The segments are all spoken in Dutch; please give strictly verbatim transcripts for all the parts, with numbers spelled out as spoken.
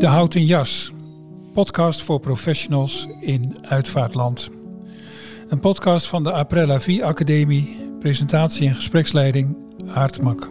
De Houten Jas, podcast voor professionals in uitvaartland. Een podcast van de Après la Vie Academie, presentatie en gespreksleiding Aart Mak.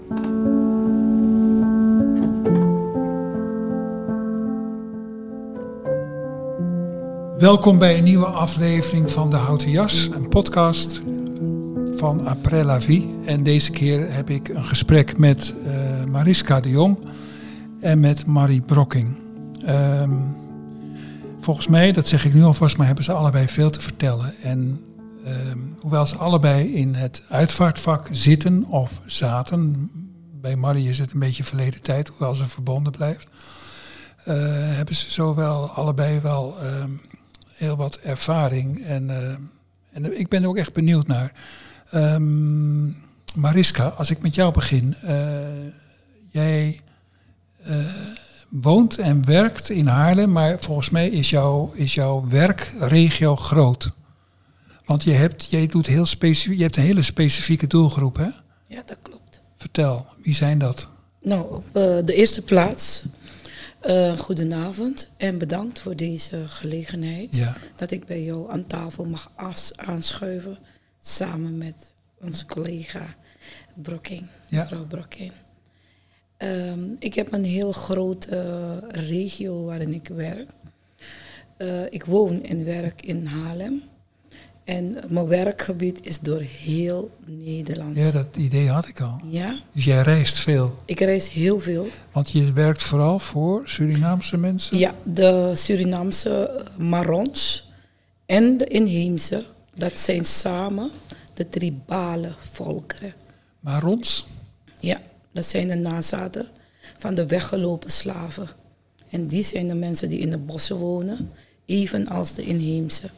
Welkom bij een nieuwe aflevering van De Houten Jas, een podcast van Après la Vie. En deze keer heb ik een gesprek met uh, Mariska de Jong en met Marie Brokking. Um, volgens mij, dat zeg ik nu alvast, maar hebben ze allebei veel te vertellen. En um, hoewel ze allebei in het uitvaartvak zitten of zaten, bij Marie is het een beetje verleden tijd, hoewel ze verbonden blijft, uh, hebben ze zowel allebei wel um, heel wat ervaring. En, uh, en ik ben er ook echt benieuwd naar. Um, Mariska, als ik met jou begin. Uh, jij uh, woont en werkt in Haarlem, maar volgens mij is, jouw is jouw werkregio groot. Want je hebt, jij doet heel specifiek, je hebt een hele specifieke doelgroep, hè? Ja, dat klopt. Vertel, wie zijn dat? Nou, op uh, de eerste plaats, uh, goedenavond en bedankt voor deze gelegenheid. Ja. Dat ik bij jou aan tafel mag as- aanschuiven, samen met onze collega Brokking, ja. mevrouw Brokking. Um, ik heb een heel grote uh, regio waarin ik werk. Uh, ik woon en werk in Haarlem. En mijn werkgebied is door heel Nederland. Ja, dat idee had ik al. Ja? Dus jij reist veel? Ik reis heel veel. Want je werkt vooral voor Surinaamse mensen? Ja, de Surinaamse Marons en de inheemse. Dat zijn samen de tribale volkeren. Marons? Ja, dat zijn de nazaten van de weggelopen slaven. En die zijn de mensen die in de bossen wonen, evenals de inheemse.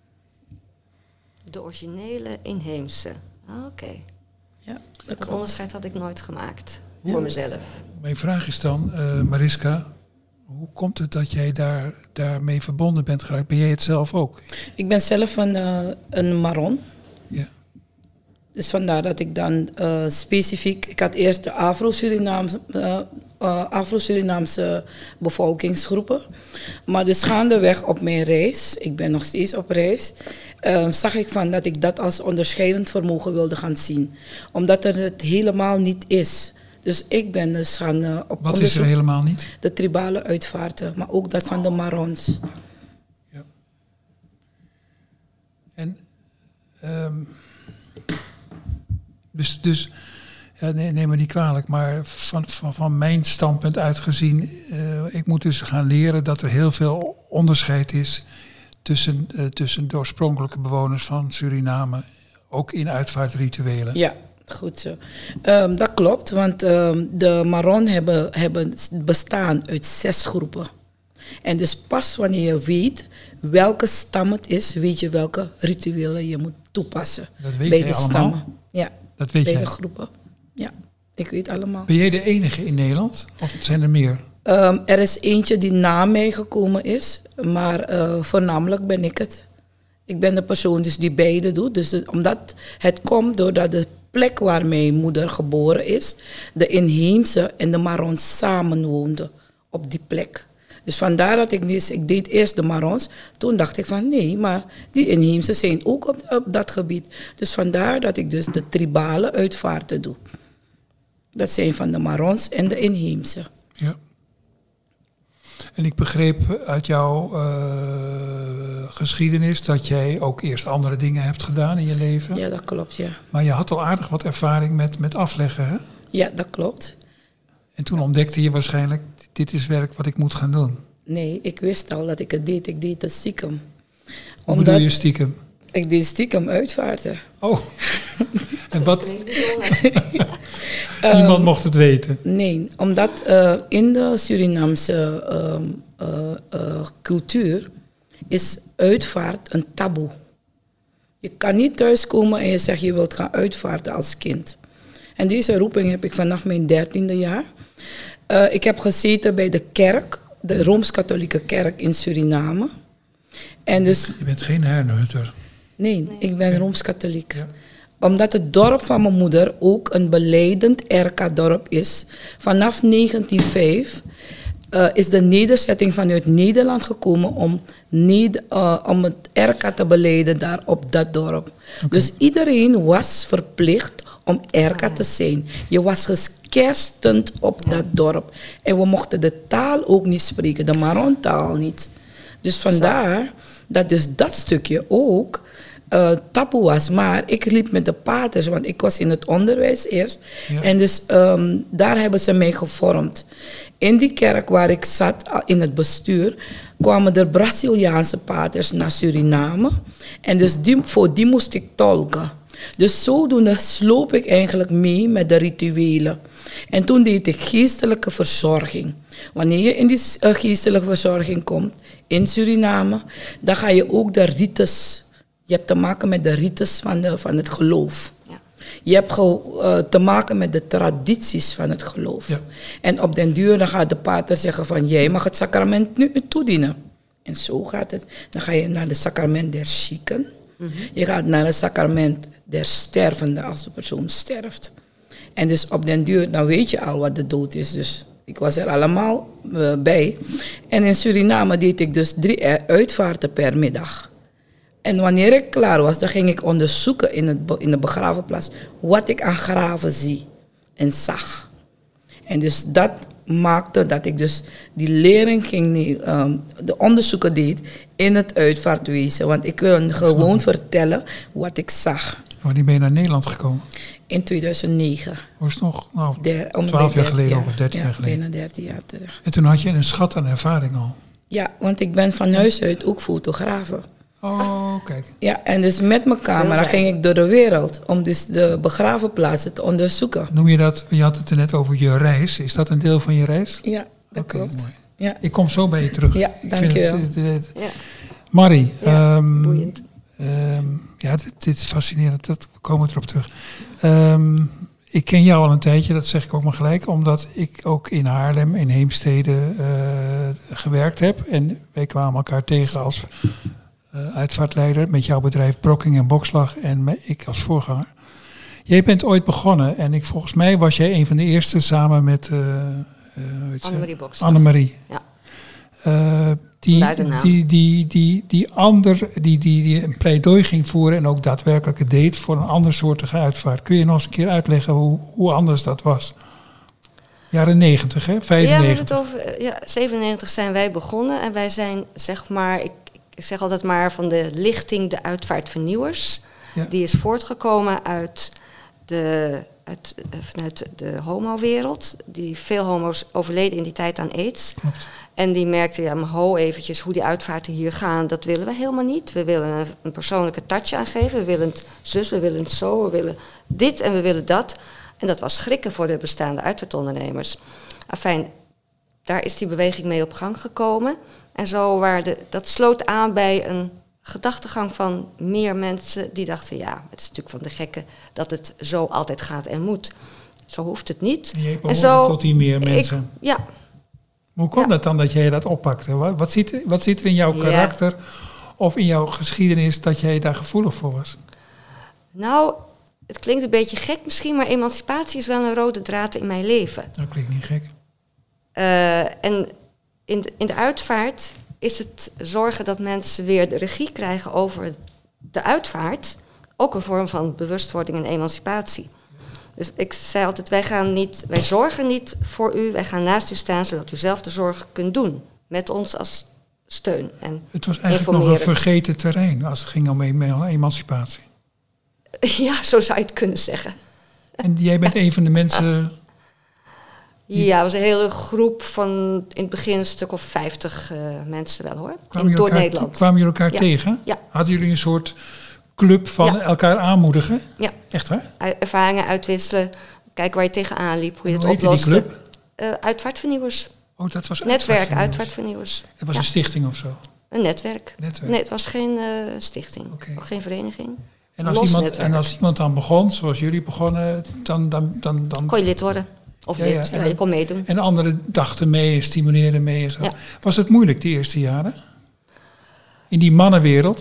De originele inheemse. Ah, oké. Okay. Ja, dat onderscheid had ik nooit gemaakt ja. voor mezelf. Mijn vraag is dan, uh, Mariska, hoe komt het dat jij daar, daarmee verbonden bent geraakt? Ben jij het zelf ook? Ik ben zelf een, uh, een Maron. Ja. Dus vandaar dat ik dan uh, specifiek... Ik had eerst de Afro-Surinaamse, uh, uh, Afro-Surinaamse bevolkingsgroepen. Maar dus gaandeweg op mijn reis, ik ben nog steeds op reis, uh, zag ik van dat ik dat als onderscheidend vermogen wilde gaan zien. Omdat er het helemaal niet is. Dus ik ben dus gaan uh, op Wat is er helemaal niet? De tribale uitvaarten, maar ook dat van de Marons. Ja. En... Um Dus, dus ja, nee, neem me niet kwalijk, maar van, van, van mijn standpunt uitgezien, uh, ik moet dus gaan leren dat er heel veel onderscheid is tussen, uh, tussen de oorspronkelijke bewoners van Suriname, ook in uitvaartrituelen. Ja, goed zo. Um, dat klopt, want um, de Maron hebben, hebben bestaan uit zes groepen. En dus pas wanneer je weet welke stam het is, weet je welke rituelen je moet toepassen. Dat weet bij jij de allemaal? Stammen. Ja. Dat weet bij jij? De groepen. Ja, ik weet allemaal. Ben jij de enige in Nederland? Of zijn er meer? Um, er is eentje die na mij gekomen is. Maar uh, voornamelijk ben ik het. Ik ben de persoon dus die beide doet. Dus de, omdat het komt doordat de plek waar mijn moeder geboren is, de inheemse en de Marons samen woonden op die plek. Dus vandaar dat ik dus, ik deed eerst de Marons. Toen dacht ik van nee, maar die inheemse zijn ook op, op dat gebied. Dus vandaar dat ik dus de tribale uitvaarten doe. Dat zijn van de Marons en de inheemse. Ja. En ik begreep uit jouw uh, geschiedenis dat jij ook eerst andere dingen hebt gedaan in je leven. Ja, dat klopt, ja. Maar je had al aardig wat ervaring met, met afleggen, hè? Ja, dat klopt. En toen ontdekte je waarschijnlijk, dit is werk wat ik moet gaan doen. Nee, ik wist al dat ik het deed. Ik deed het stiekem. Hoe Omdat bedoel je stiekem? Ik deed stiekem uitvaarten. Oh, en wat? Niemand um, mocht het weten? Nee, omdat uh, in de Surinaamse uh, uh, uh, cultuur is uitvaart een taboe. Je kan niet thuiskomen en je zegt je wilt gaan uitvaarten als kind. En deze roeping heb ik vanaf mijn dertiende jaar. Uh, ik heb gezeten bij de kerk, de Rooms-Katholieke kerk in Suriname. En dus, je bent geen Herrnhuter? Nee, nee, ik ben Rooms-Katholiek. Ja. Omdat het dorp van mijn moeder ook een belijdend R K-dorp is. Vanaf negentien nul vijf uh, is de nederzetting vanuit Nederland gekomen om, ned- uh, om het R K te beleiden daar op dat dorp. Okay. Dus iedereen was verplicht om R K te zijn. Je was gekerstend op dat dorp. En we mochten de taal ook niet spreken, de Maron-taal niet. Dus vandaar dat dus dat stukje ook uh, taboe was. Maar ik liep met de paters, want ik was in het onderwijs eerst. Ja. En dus um, daar hebben ze mij gevormd. In die kerk waar ik zat, in het bestuur, kwamen er Braziliaanse paters naar Suriname. En dus die, voor die moest ik tolken. Dus zodoende sloop ik eigenlijk mee met de rituelen. En toen deed ik geestelijke verzorging. Wanneer je in die uh, geestelijke verzorging komt, in Suriname, dan ga je ook de rites. Je hebt te maken met de rites van, de, van het geloof. Ja. Je hebt ge, uh, te maken met de tradities van het geloof. Ja. En op den duur dan gaat de pater zeggen van, jij mag het sacrament nu toedienen. En zo gaat het. Dan ga je naar het sacrament der zieken. Mm-hmm. Je gaat naar het sacrament der stervenden als de persoon sterft. En dus op den duur, dan weet je al wat de dood is. Dus ik was er allemaal uh, bij. En in Suriname deed ik dus drie uitvaarten per middag. En wanneer ik klaar was, dan ging ik onderzoeken in, het be- in de begravenplaats wat ik aan graven zie en zag. En dus dat maakte dat ik dus die lering ging, um, de onderzoeken deed in het uitvaartwezen. Want ik wil gewoon vertellen wat ik zag. Wanneer ben je naar Nederland gekomen? In tweeduizend negen. Was het nog nou, Der, twaalf jaar geleden jaar, of dertien ja, jaar geleden? bijna dertien jaar terug. En toen had je een schat aan ervaring al? Ja, want ik ben van huis uit ook fotografe. Oh, kijk. Ja, en dus met mijn camera ging ik door de wereld om dus de begravenplaatsen te onderzoeken. Noem je dat, je had het er net over je reis. Is dat een deel van je reis? Ja, dat okay, klopt. Mooi. Ja. Ik kom zo bij je terug. Ja, dank je wel. Ja. Marie, ja, um, boeiend. Um, ja, dit, dit is fascinerend. Dat, we komen erop terug. Um, ik ken jou al een tijdje, dat zeg ik ook maar gelijk, omdat ik ook in Haarlem, in Heemstede uh, gewerkt heb. En wij kwamen elkaar tegen als uh, uitvaartleider met jouw bedrijf Brokking en Bokslag en me, ik als voorganger. Jij bent ooit begonnen en ik, volgens mij was jij een van de eerste samen met uh, uh, Annemarie Bokslag. Annemarie. Ja. Uh, die, die, die, die, die ander, die, die, die een pleidooi ging voeren en ook daadwerkelijk het deed voor een andersoortige uitvaart. Kun je nog eens een keer uitleggen hoe, hoe anders dat was? Jaren negentig, hè? vijfennegentig. Ja, we hebben het over, ja, zevenennegentig zijn wij begonnen en wij zijn, zeg maar, ik, ik zeg altijd maar van de lichting de uitvaartvernieuwers. Ja. Die is voortgekomen uit de, uit, vanuit de homo-wereld. Die veel homo's overleden in die tijd aan AIDS. Klopt. En die merkten, ja, maar ho eventjes, hoe die uitvaarten hier gaan, dat willen we helemaal niet. We willen een, een persoonlijke touch aangeven. We willen het zus, we willen het zo, we willen dit en we willen dat. En dat was schrikken voor de bestaande uitvaartondernemers. Afijn, daar is die beweging mee op gang gekomen. En zo waren de, dat sloot aan bij een gedachtegang van meer mensen die dachten, ja, het is natuurlijk van de gekken dat het zo altijd gaat en moet. Zo hoeft het niet. En je en zo, tot die meer mensen. Ik, ja. Hoe komt het ja. dan dat jij dat oppakte? Wat, wat, zit er, wat zit er in jouw karakter ja. of in jouw geschiedenis dat jij daar gevoelig voor was? Nou, het klinkt een beetje gek misschien, maar emancipatie is wel een rode draad in mijn leven. Dat klinkt niet gek. Uh, en in de, in de uitvaart is het zorgen dat mensen weer de regie krijgen over de uitvaart ook een vorm van bewustwording en emancipatie. Dus ik zei altijd, wij, gaan niet, wij zorgen niet voor u, wij gaan naast u staan zodat u zelf de zorg kunt doen. Met ons als steun en het was eigenlijk nog een vergeten terrein als het ging om emancipatie. Ja, zo zou je het kunnen zeggen. En jij bent ja. een van de mensen... Ja, het was een hele groep van in het begin een stuk of vijftig uh, mensen wel hoor. Kwamen in, door elkaar, Nederland. Kwamen jullie elkaar ja. tegen? Ja. Hadden jullie een soort club van ja. elkaar aanmoedigen? Ja. Echt waar? Ervaringen uitwisselen, kijken waar je tegenaan liep, hoe je hoe het oploste. Die club? Uh, uitvaartvernieuwers. Oh, dat was Netwerk uitvaartvernieuwers. Het was ja. een stichting of zo? Een netwerk. netwerk. Nee, het was geen uh, stichting. Okay. Ook geen vereniging. En als, iemand, en als iemand dan begon, zoals jullie begonnen, dan... dan, dan, dan kon je lid worden. Of ja, lid, ja. ja, je kon meedoen. En anderen dachten mee en stimuleerden mee en zo. Ja. Was het moeilijk die eerste jaren? In die mannenwereld?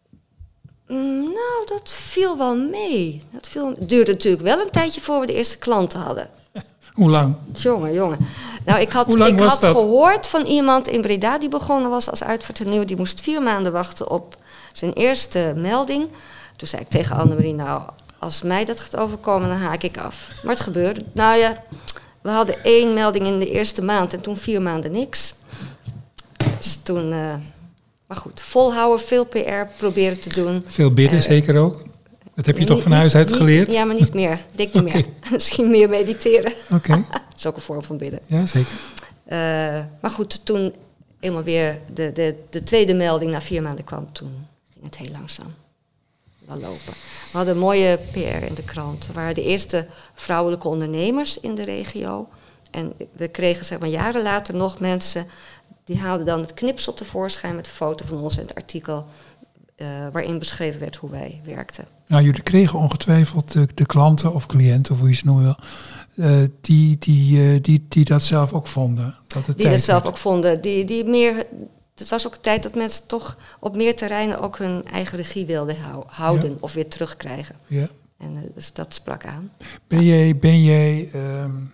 Mm, nou, dat viel wel mee. Dat viel, het duurde natuurlijk wel een tijdje voor we de eerste klanten hadden. Hoe lang? Jongen, jongen. Nou, ik had, Hoe lang ik was had dat? gehoord van iemand in Breda die begonnen was als uitvaartenieuw. Die moest vier maanden wachten op zijn eerste melding. Toen zei ik tegen Annemarie, nou, als mij dat gaat overkomen, dan haak ik af. Maar het gebeurde. Nou ja, we hadden één melding in de eerste maand en toen vier maanden niks. Dus toen, uh, maar goed, volhouden, veel P R proberen te doen. Veel bidden Uh, zeker ook? Dat heb je toch niet, van huis uit niet, geleerd? Ja, maar niet meer. Ik denk niet Okay. meer. Misschien meer mediteren. Oké, okay. Dat is ook een vorm van bidden. Ja, zeker. Uh, maar goed, toen eenmaal weer de, de, de tweede melding na vier maanden kwam, toen ging het heel langzaam wel lopen. We hadden een mooie P R in de krant. We waren de eerste vrouwelijke ondernemers in de regio. En we kregen zeg maar jaren later nog mensen, die haalden dan het knipsel tevoorschijn met een foto van ons en het artikel uh, waarin beschreven werd hoe wij werkten. Nou, jullie kregen ongetwijfeld de, de klanten of cliënten, of hoe je ze noemen wil, uh, die, die, uh, die, die dat zelf ook vonden. Dat het die dat zelf werd. ook vonden. Die, die meer, het was ook een tijd dat mensen toch op meer terreinen ook hun eigen regie wilden hou, houden ja. of weer terugkrijgen. Ja. En uh, dus dat sprak aan. Ben ja. jij, ben jij um,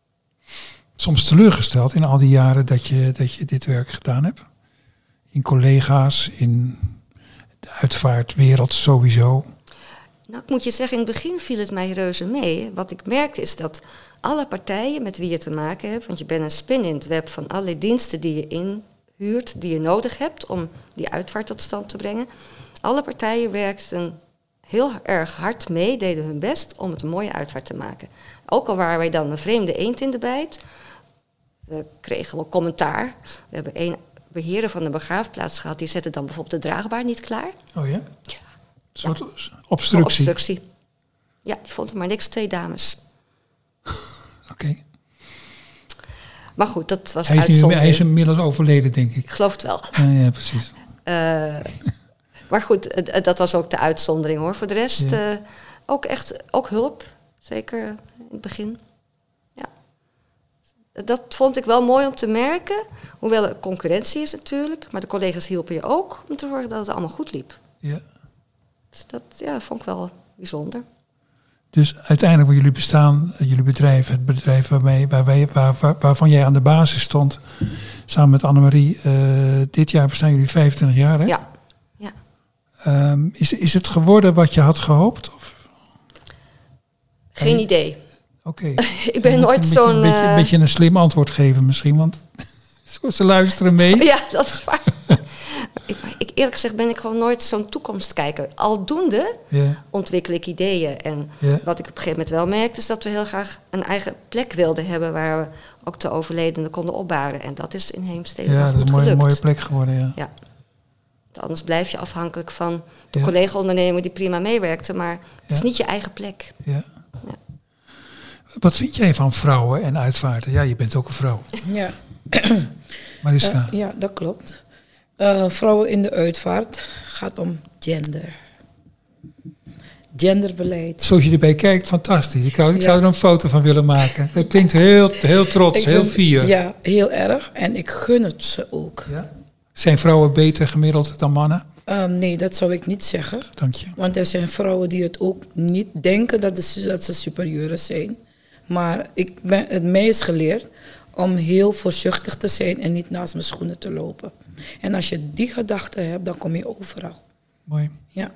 soms teleurgesteld in al die jaren dat je, dat je dit werk gedaan hebt? In collega's, in de uitvaartwereld sowieso? Nou, ik moet je zeggen, in het begin viel het mij reuze mee. Wat ik merkte is dat alle partijen met wie je te maken hebt, want je bent een spin in het web van allerlei diensten die je inhuurt, die je nodig hebt om die uitvaart tot stand te brengen. Alle partijen werkten heel erg hard mee, deden hun best om het een mooie uitvaart te maken. Ook al waren wij dan een vreemde eend in de bijt, we kregen wel commentaar. We hebben een beheerder van de begraafplaats gehad, die zette dan bijvoorbeeld de draagbaar niet klaar. Oh ja? Ja. Een soort ja. obstructie. obstructie. Ja, die vond er maar niks, twee dames. Oké. Okay. Maar goed, dat was hij is uitzondering. Hij is inmiddels overleden, denk ik. Ik geloof het wel. Ja, ja precies. Uh, maar goed, uh, dat was ook de uitzondering hoor. Voor de rest ja. uh, ook echt ook hulp. Zeker in het begin. Ja. Dat vond ik wel mooi om te merken. Hoewel er concurrentie is natuurlijk. Maar de collega's hielpen je ook om te zorgen dat het allemaal goed liep. Ja. Dus dat ja, vond ik wel bijzonder. Dus uiteindelijk voor jullie bestaan, jullie bedrijf, het bedrijf waarmee, waar wij, waar, waar, waarvan jij aan de basis stond, samen met Annemarie, uh, dit jaar bestaan jullie vijfentwintig jaar, hè? Ja. ja. Um, is, is het geworden wat je had gehoopt? Of? Geen idee. Oké. Okay. Ik ben nooit een zo'n... Een beetje, een beetje een slim antwoord geven misschien, want ze luisteren mee. Ja, dat is waar. ik, ik, eerlijk gezegd ben ik gewoon nooit zo'n toekomstkijker. Aldoende yeah. ontwikkel ik ideeën. En yeah. wat ik op een gegeven moment wel merkte, is dat we heel graag een eigen plek wilden hebben waar we ook de overledenen konden opbaren. En dat is in Heemstede ja, wel goed dat is een mooie, gelukt. mooie plek geworden, ja. ja. Anders blijf je afhankelijk van de ja. collega-ondernemer die prima meewerkte, maar het ja. is niet je eigen plek. Ja. Ja. Wat vind jij van vrouwen en uitvaarten? Ja, je bent ook een vrouw. Ja. Mariska. Uh, ja, dat klopt. Uh, vrouwen in de uitvaart gaat om gender. Genderbeleid. Zoals je erbij kijkt, fantastisch. Ik, zou, ik ja. zou er een foto van willen maken. Het klinkt heel, heel trots, ik heel vind, fier. Ja, heel erg. En ik gun het ze ook. Ja? Zijn vrouwen beter gemiddeld dan mannen? Um, nee, dat zou ik niet zeggen. Dank je. Want er zijn vrouwen die het ook niet denken dat, de, dat ze superieuren zijn. Maar ik ben, het mij is geleerd om heel voorzichtig te zijn en niet naast mijn schoenen te lopen. En als je die gedachte hebt, dan kom je overal. Mooi. Ja.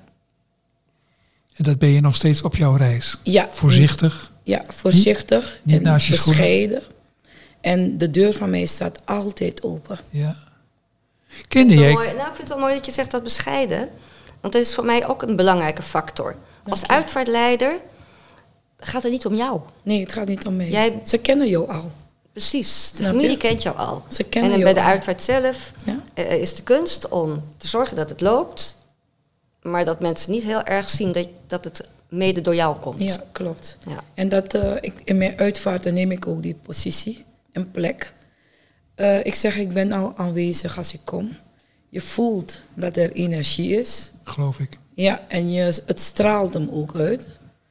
En dat ben je nog steeds op jouw reis? Ja. Voorzichtig? Ja, voorzichtig niet, niet en naast je bescheiden. En de deur van mij staat altijd open. Ja. Kende jij... Mooi, nou, ik vind het wel mooi dat je zegt dat bescheiden. Want dat is voor mij ook een belangrijke factor. Als uitvaartleider gaat het niet om jou. Nee, het gaat niet om mij. Jij... Ze kennen jou al. Precies, de Snap familie je? kent jou al. Ze kennen en jou bij de al. uitvaart zelf ja? uh, is de kunst om te zorgen dat het loopt. Maar dat mensen niet heel erg zien dat, dat het mede door jou komt. Ja, klopt. Ja. En dat, uh, ik, in mijn uitvaarten neem ik ook die positie en plek. Uh, ik zeg, ik ben al aanwezig als ik kom. Je voelt dat er energie is. Geloof ik. Ja, en je, het straalt hem ook uit.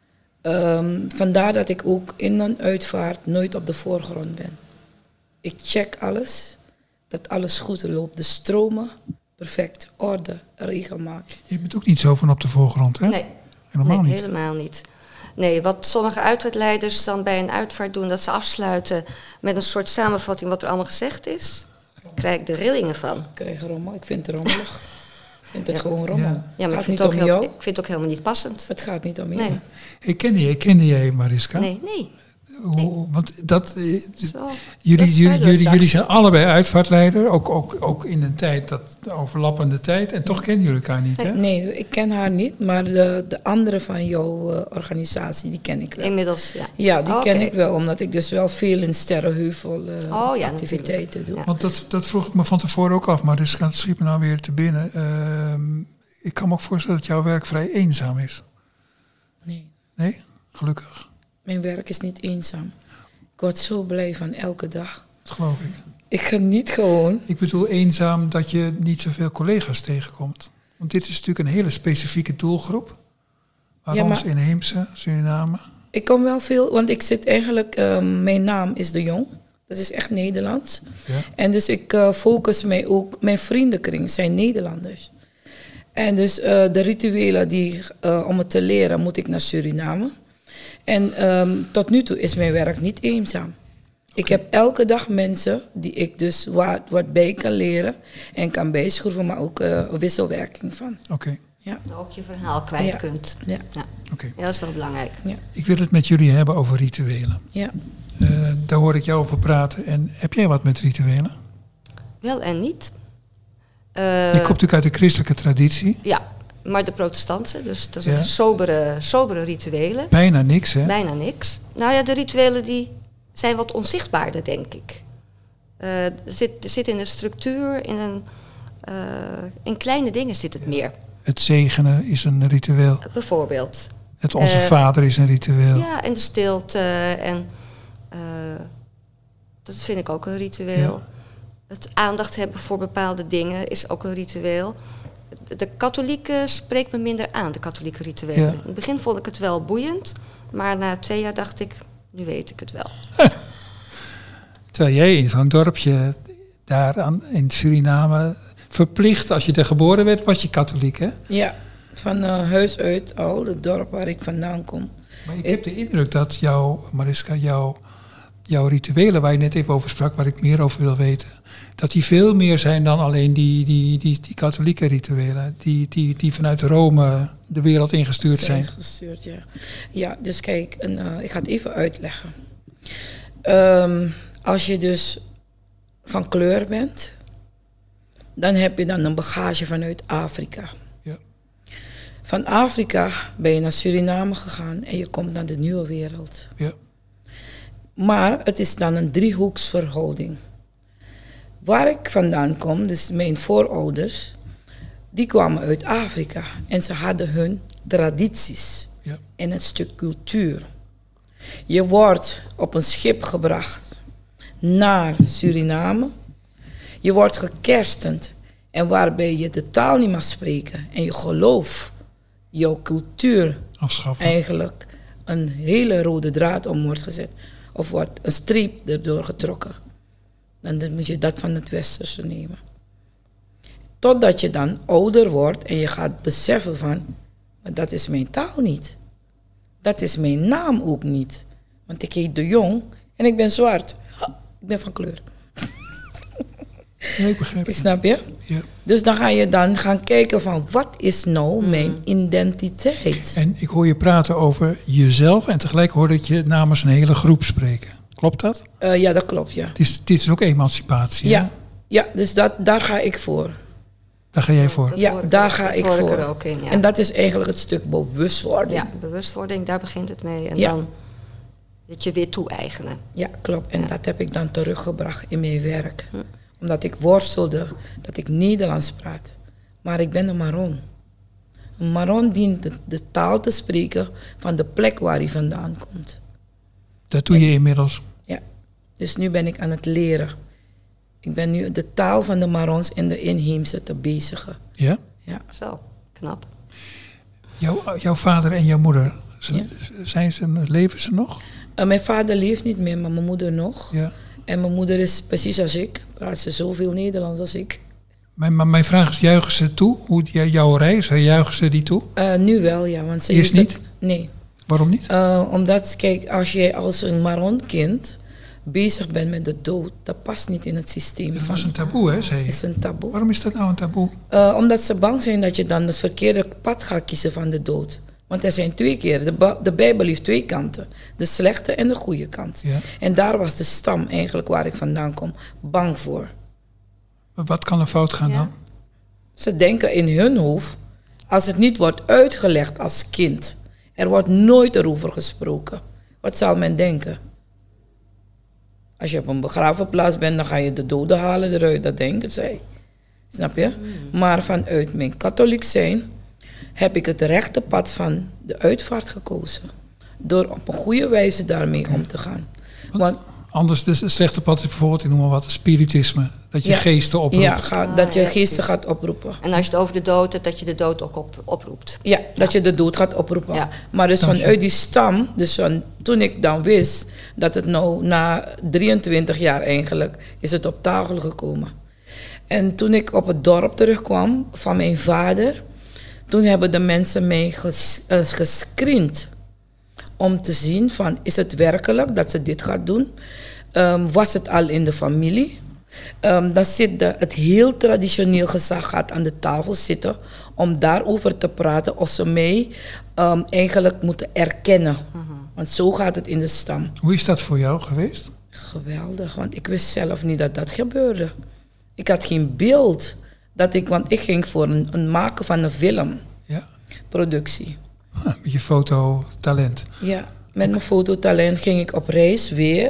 Um, vandaar dat ik ook in een uitvaart nooit op de voorgrond ben. Ik check alles, dat alles goed loopt. De stromen, perfect, orde, regelmaat. Je bent ook niet zo van op de voorgrond, hè? Nee, helemaal, nee niet. helemaal niet. Nee, wat sommige uitvaartleiders dan bij een uitvaart doen, dat ze afsluiten met een soort samenvatting wat er allemaal gezegd is, daar krijg ik de rillingen van. Ik krijg rommel, ik vind het rommelig. Ik vind het Ja. gewoon rommel. Ja. Ja, maar ik het vind, gaat het niet ook om heel, jou. ik vind het ook helemaal niet passend. Het gaat niet om Nee. jou. Hey, kende jij, kende jij Mariska? Nee, nee. Hoe, want dat, eh, Zo. jullie, Dat jullie, zeiden we jullie, straks. jullie zijn allebei uitvaartleider, ook, ook, ook in een tijd, dat de overlappende tijd. En toch kennen jullie elkaar niet, hè? Nee, ik ken haar niet, maar de, de andere van jouw uh, organisatie, die ken ik wel. Inmiddels, ja. Ja, die ken Oké. ik wel, omdat ik dus wel veel in Sterrenheuvel uh, Oh, ja, activiteiten doe. Ja. Want dat, dat vroeg ik me van tevoren ook af, maar dus het schiet me nou weer te binnen. Ehm, ik kan me ook voorstellen dat jouw werk vrij eenzaam is. Nee, Nee? Gelukkig. mijn werk is niet eenzaam. Ik word zo blij van elke dag. Dat geloof ik. Ik geniet gewoon. Ik bedoel eenzaam dat je niet zoveel collega's tegenkomt. Want dit is natuurlijk een hele specifieke doelgroep. Waaronder Ja, maar- inheemse, Suriname. Ik kom wel veel, want ik zit eigenlijk, uh, mijn naam is De Jong. Dat is echt Nederlands. Ja. En dus ik uh, focus mij ook, mijn vriendenkring zijn Nederlanders. En dus uh, de rituelen die, uh, om het te leren, moet ik naar Suriname. En um, tot nu toe is mijn werk niet eenzaam. Ik heb elke dag mensen die ik dus wat, wat bij kan leren en kan bijschroeven, maar ook uh, een wisselwerking van. Oké, okay. Ja. Ook je verhaal kwijt Ja. kunt. Ja. Ja. oké. ja, dat is wel belangrijk. Ja. Ik wil het met jullie hebben over rituelen. Ja. Uh, daar hoor ik jou over praten. En heb jij wat met rituelen? Wel en niet. Je Uh, komt natuurlijk uit de christelijke traditie. Ja, maar de protestantse, dus dat is Ja. een sobere, sobere rituelen. Bijna niks, hè? Bijna niks. Nou ja, de rituelen die zijn wat onzichtbaarder, denk ik. Uh, er, zit, er zit in de structuur, in, een, uh, in kleine dingen zit het meer. Het zegenen is een ritueel. Bijvoorbeeld. Het Onze Uh, Vader is een ritueel. Ja, en de stilte. En uh, dat vind ik ook een ritueel. Ja. Het aandacht hebben voor bepaalde dingen is ook een ritueel. De, de katholieke spreekt me minder aan, de katholieke rituelen. Ja. In het begin vond ik het wel boeiend. Maar na twee jaar dacht ik, nu weet ik het wel. Terwijl jij in zo'n dorpje daar aan, in Suriname verplicht, als je er geboren werd, was je katholiek, hè? Ja, van uh, huis uit al, het dorp waar ik vandaan kom. Maar ik Is- heb de indruk dat jouw, Mariska, jouw, jouw rituelen waar je net even over sprak, waar ik meer over wil weten, dat die veel meer zijn dan alleen die, die, die, die katholieke rituelen, die, die, die vanuit Rome de wereld ingestuurd zijn. Gestuurd, ja. Ja, dus kijk, en, uh, ik ga het even uitleggen. Um, als je dus van kleur bent, dan heb je dan een bagage vanuit Afrika. Ja. Van Afrika ben je naar Suriname gegaan en je komt naar de nieuwe wereld. Ja. Maar het is dan een driehoeksverhouding. Waar ik vandaan kom, dus mijn voorouders, die kwamen uit Afrika en ze hadden hun tradities Ja. en een stuk cultuur. Je wordt op een schip gebracht naar Suriname. Je wordt gekerstend en waarbij je de taal niet mag spreken en je geloof, jouw cultuur Afschaffen. eigenlijk een hele rode draad om wordt gezet. Of wordt een streep erdoor getrokken. Dan dan moet je dat van het westerse nemen. Totdat je dan ouder wordt en je gaat beseffen van, maar dat is mijn taal niet. Dat is mijn naam ook niet. Want ik heet De Jong en ik ben zwart. Ha, ik ben van kleur. Ja, ik begrijp het. Snap je? Ja. Dus dan ga je dan gaan kijken van, wat is nou mijn identiteit? En ik hoor je praten over jezelf en tegelijk hoor ik je namens een hele groep spreken. Klopt dat? Uh, ja, dat klopt, ja. Dit is, dit is ook emancipatie. Ja, hè? ja dus dat, daar ga ik voor. Daar ga jij voor. Dat Ja, hoor ik daar er- ga dat ik hoor voor. Ik er ook in, ja. En dat is eigenlijk het stuk bewustwording. Ja, bewustwording, daar begint het mee. En Ja. dan het je weer toe-eigenen. Ja, klopt. En Ja. dat heb ik dan teruggebracht in mijn werk. Hm. Omdat ik worstelde dat ik Nederlands praat. Maar ik ben een Maron. Een Maron dient de, de taal te spreken van de plek waar hij vandaan komt. Dat doe je inmiddels. Ja. Dus nu ben ik aan het leren. Ik ben nu de taal van de Marons en de inheemse te bezigen. Ja? Ja. Zo, knap. Jouw, jouw vader en jouw moeder, ze- Ja. zijn ze, leven ze nog? Uh, mijn vader leeft niet meer, maar mijn moeder nog. Ja. En mijn moeder is precies als ik. Praat ze zoveel Nederlands als ik. Mijn, maar mijn vraag is, juichen ze toe? Hoe j- jouw reis, juichen ze die toe? Uh, nu wel, ja. Want ze Eerst heeft niet? het- nee. Waarom niet? Uh, omdat, kijk, als je als een Maron kind bezig bent met de dood, dat past niet in het systeem. Dat van, was een taboe, hè, zei je? is een taboe. Waarom is dat nou een taboe? Uh, omdat ze bang zijn dat je dan het verkeerde pad gaat kiezen van de dood. Want er zijn twee keren. De, ba- de Bijbel heeft twee kanten. De slechte en de goede kant. Ja. En daar was de stam eigenlijk waar ik vandaan kom bang voor. Maar wat kan er fout gaan Ja. dan? Ze denken in hun hoofd, als het niet wordt uitgelegd als kind, er wordt nooit erover gesproken. Wat zal men denken? Als je op een begraafplaats bent, dan ga je de doden halen eruit. Dat denken zij. Snap je? Mm. Maar vanuit mijn katholiek zijn heb ik het rechte pad van de uitvaart gekozen. Door op een goede wijze daarmee okay. om te gaan. Want, Want, anders, dus het slechte pad is bijvoorbeeld, ik noem maar wat, spiritisme. Dat je ja, geesten oproept. Ja, ga, ah, dat je ja, geesten precies. gaat oproepen. En als je het over de dood hebt, dat je de dood ook op, oproept. Ja, dat ja. je de dood gaat oproepen. Ja. Maar dus Dank vanuit je. die stam, dus van, toen ik dan wist dat het nou na drieëntwintig jaar eigenlijk, is het op tafel gekomen. En toen ik op het dorp terugkwam van mijn vader, toen hebben de mensen mij ges, uh, gescreend om te zien van, is het werkelijk dat ze dit gaat doen? Um, was het al in de familie? Um, dan zit de, het heel traditioneel gezag gaat aan de tafel zitten om daarover te praten of ze mij um, eigenlijk moeten erkennen. Mm-hmm. Want zo gaat het in de stam. Hoe is dat voor jou geweest? Geweldig, want ik wist zelf niet dat dat gebeurde. Ik had geen beeld. Dat ik, want ik ging voor een, een maken van een film. Ja. Productie. Huh, met je fototalent. Ja, met mijn fototalent ging ik op reis weer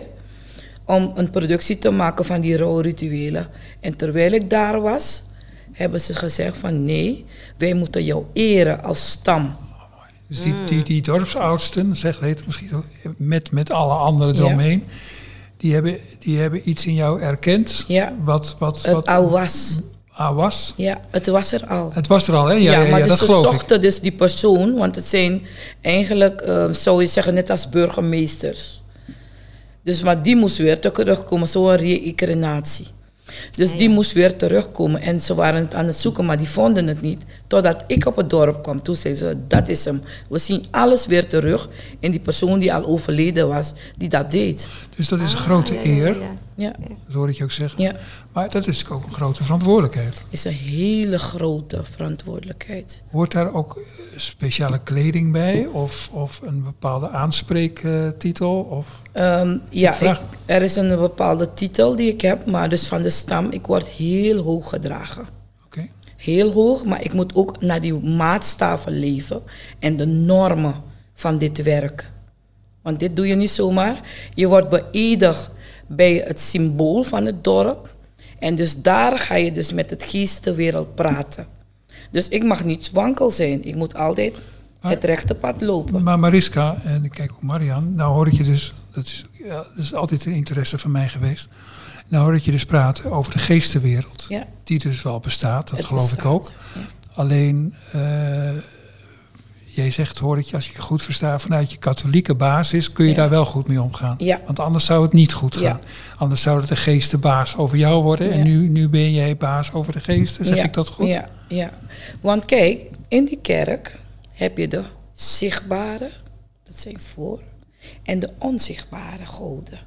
om een productie te maken van die rouwrituelen. En terwijl ik daar was, hebben ze gezegd van nee, wij moeten jou eren als stam. Dus die, die, die dorpsoudsten, zegt heet het misschien zo, met, met alle anderen eromheen, ja. die, hebben, die hebben iets in jou erkend. Ja, wat, wat, het wat, al was. Al was? Ja, het was er al. Het was er al, hè? Ja, ja, ja, maar ja, dus dat ze geloof zochten ik. dus die persoon, want het zijn eigenlijk, uh, zou je zeggen, net als burgemeesters. Dus maar die moest weer terugkomen, zo'n reïncarnatie. Dus die moest weer terugkomen en ze waren het aan het zoeken, maar die vonden het niet. Totdat ik op het dorp kwam, toen zeiden ze, dat is hem. We zien alles weer terug in die persoon die al overleden was, die dat deed. Dus dat is een ah, grote ja, eer, ja, ja. Ja. Dat hoor ik je ook zeggen. Ja. Maar dat is ook een grote verantwoordelijkheid. Is een hele grote verantwoordelijkheid. Hoort daar ook speciale kleding bij of, of een bepaalde aanspreektitel? Of? Um, ja, ik ik, er is een bepaalde titel die ik heb, maar dus van de stam, ik word heel hoog gedragen. Okay. Heel hoog, maar ik moet ook naar die maatstaven leven en de normen van dit werk. Want dit doe je niet zomaar. Je wordt beëdigd bij het symbool van het dorp. En dus daar ga je dus met het geestenwereld praten. Dus ik mag niet wankel zijn. Ik moet altijd maar, het rechte pad lopen. Maar Mariska, en ik kijk ook Marian, nou hoor ik je dus, dat is, ja, dat is altijd een interesse van mij geweest. Nou hoor ik je dus praten over de geestenwereld. Ja. Die dus wel bestaat, dat het geloof bestaat, ik ook. Ja. Alleen, uh, jij zegt, hoor ik je, als ik je goed versta, vanuit je katholieke basis kun je ja. daar wel goed mee omgaan. Ja. Want anders zou het niet goed gaan. Ja. Anders zou het de geesten baas over jou worden. Ja. En nu, nu ben jij baas over de geesten. Zeg ja. ik dat goed? Ja, ja. Want kijk, in die kerk heb je de zichtbare, dat zijn voor, en de onzichtbare goden.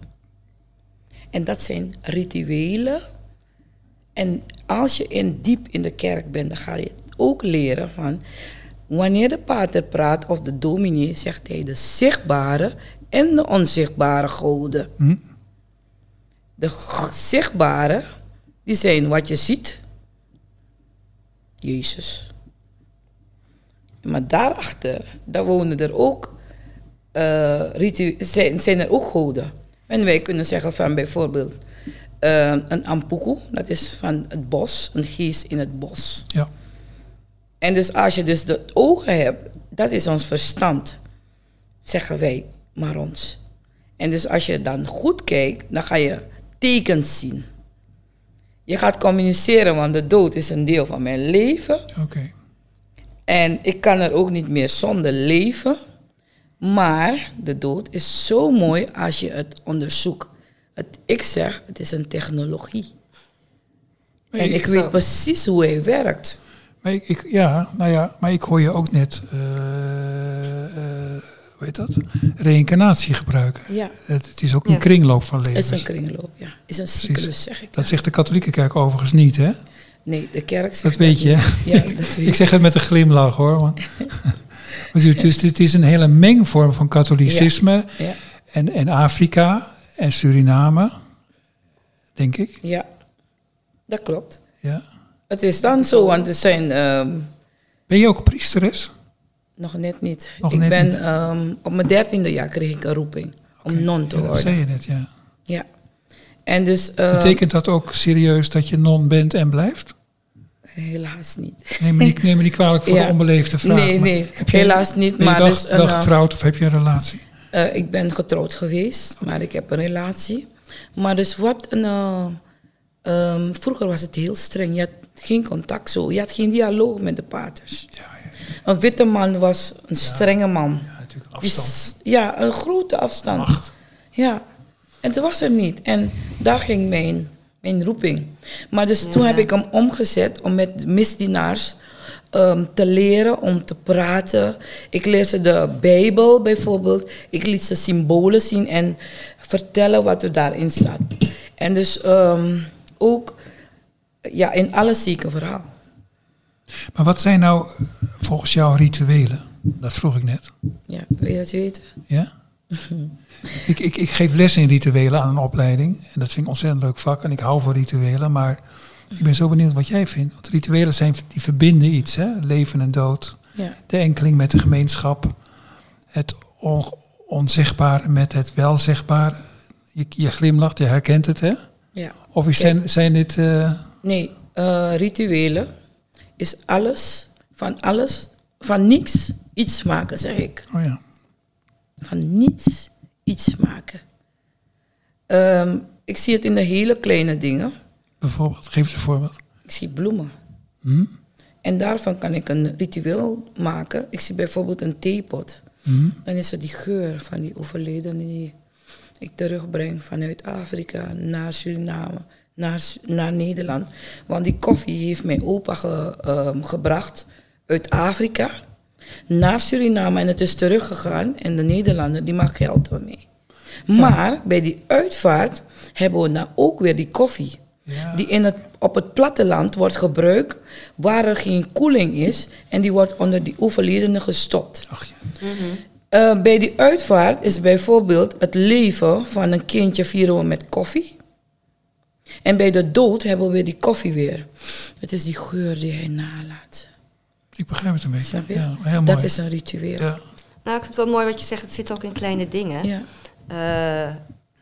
En dat zijn rituelen. En als je in diep in de kerk bent, dan ga je ook leren van, wanneer de pater praat of de dominee, zegt hij de zichtbare en de onzichtbare goden. Hm? De g- zichtbare, die zijn wat je ziet. Jezus. Maar daarachter, daar wonen er ook, uh, ritu- zijn, zijn er ook goden. En wij kunnen zeggen van bijvoorbeeld uh, een ampuku, dat is van het bos, een geest in het bos. Ja. En dus als je dus de ogen hebt, dat is ons verstand, zeggen wij maar ons. En dus als je dan goed kijkt, dan ga je tekens zien. Je gaat communiceren, want de dood is een deel van mijn leven. Oké. Okay. En ik kan er ook niet meer zonder leven. Maar de dood is zo mooi als je het onderzoekt. Het, ik zeg, het is een technologie. Maar en ik weet zo. precies hoe hij werkt. Maar ik, ik, ja, nou ja, maar ik hoor je ook net, uh, uh, hoe heet dat? Reïncarnatie gebruiken. Ja. Het, het is ook een Ja. kringloop van Het levens. is een kringloop, ja. Het is een cyclus, Precies. zeg ik. Dat zegt de katholieke kerk overigens niet, hè? Nee, de kerk zegt Dat weet je, niet. hè? Ja, dat weet Ik zeg het met een glimlach, hoor. Want dus dit is een hele mengvorm van katholicisme Ja, en, en Afrika en Suriname, denk ik. ja, dat klopt. Ja. Het is dan zo, want er zijn... ehm, Ben je ook priesteres? nog net niet. Nog ik net ben niet. ehm, op mijn dertiende jaar kreeg ik een roeping om non te Ja, dat worden. zei je net, ja. Ja. En dus... ehm, Betekent dat ook serieus dat je non bent en blijft? helaas niet. Neem me niet, neem me niet kwalijk voor Ja. de onbeleefde vraag. Nee, maar nee, heb je- helaas niet. Ben je Maar wel, dus een, wel eh, getrouwd of heb je een relatie? Eh, ik ben getrouwd geweest, maar ik heb een relatie. Maar dus wat een... eh, ehm, vroeger was het heel streng. Je had geen contact zo. Je had geen dialoog met de paters. Ja, ja, Een witte man was een strenge man. ja natuurlijk. Die Afstand. s- ja, een grote afstand. Macht. Ja, en het was er niet. En daar ging mijn, mijn roeping. Maar dus toen heb ik hem omgezet om met misdienaars um, te leren, om te praten. Ik leerde ze de Bijbel bijvoorbeeld. Ik liet ze symbolen zien en vertellen wat er daarin zat. En dus um, ook ja, in alles zie ik een verhaal. Maar wat zijn nou volgens jou rituelen? Dat vroeg ik net. Ja, wil je dat weten? Ja? ik, ik, ik geef les in rituelen aan een opleiding. En dat vind ik een ontzettend leuk vak. En ik hou van rituelen. Maar ik ben zo benieuwd wat jij vindt. Want rituelen zijn, die verbinden iets. Hè? Leven en dood. Ja. De enkeling met de gemeenschap. Het on, onzichtbare met het welzichtbare. Je, je glimlacht, je herkent het, hè? Ja. Of is zijn, zijn dit... Uh... Nee, uh, rituelen is alles, van alles, van niets iets maken, zeg ik. Oh ja. Van niets iets maken. Um, ik zie het in de hele kleine dingen. Bijvoorbeeld, geef eens een voorbeeld. Ik zie bloemen. Hm? En daarvan kan ik een ritueel maken. Ik zie bijvoorbeeld een theepot. Hm? Dan is het die geur van die overledenen die ik terugbreng vanuit Afrika naar Suriname, naar, naar Nederland. Want die koffie heeft mijn opa ge, um, gebracht uit Afrika naar Suriname en het is teruggegaan. En de Nederlander die maakt geld ermee. Maar bij die uitvaart hebben we dan ook weer die koffie. Ja. Die in het, op het platteland wordt gebruikt waar er geen koeling is. En die wordt onder die overledene gestopt. Ach ja. Mm-hmm. Uh, bij die uitvaart is bijvoorbeeld het leven van een kindje vieren we met koffie. En bij de dood hebben we weer die koffie weer. Het is die geur die hij nalaat. Ik begrijp het een beetje. Snap je? Ja, heel mooi. Dat is een ritueel. Ja. Nou, ik vind het wel mooi wat je zegt. Het zit ook in kleine dingen. Ja. Uh,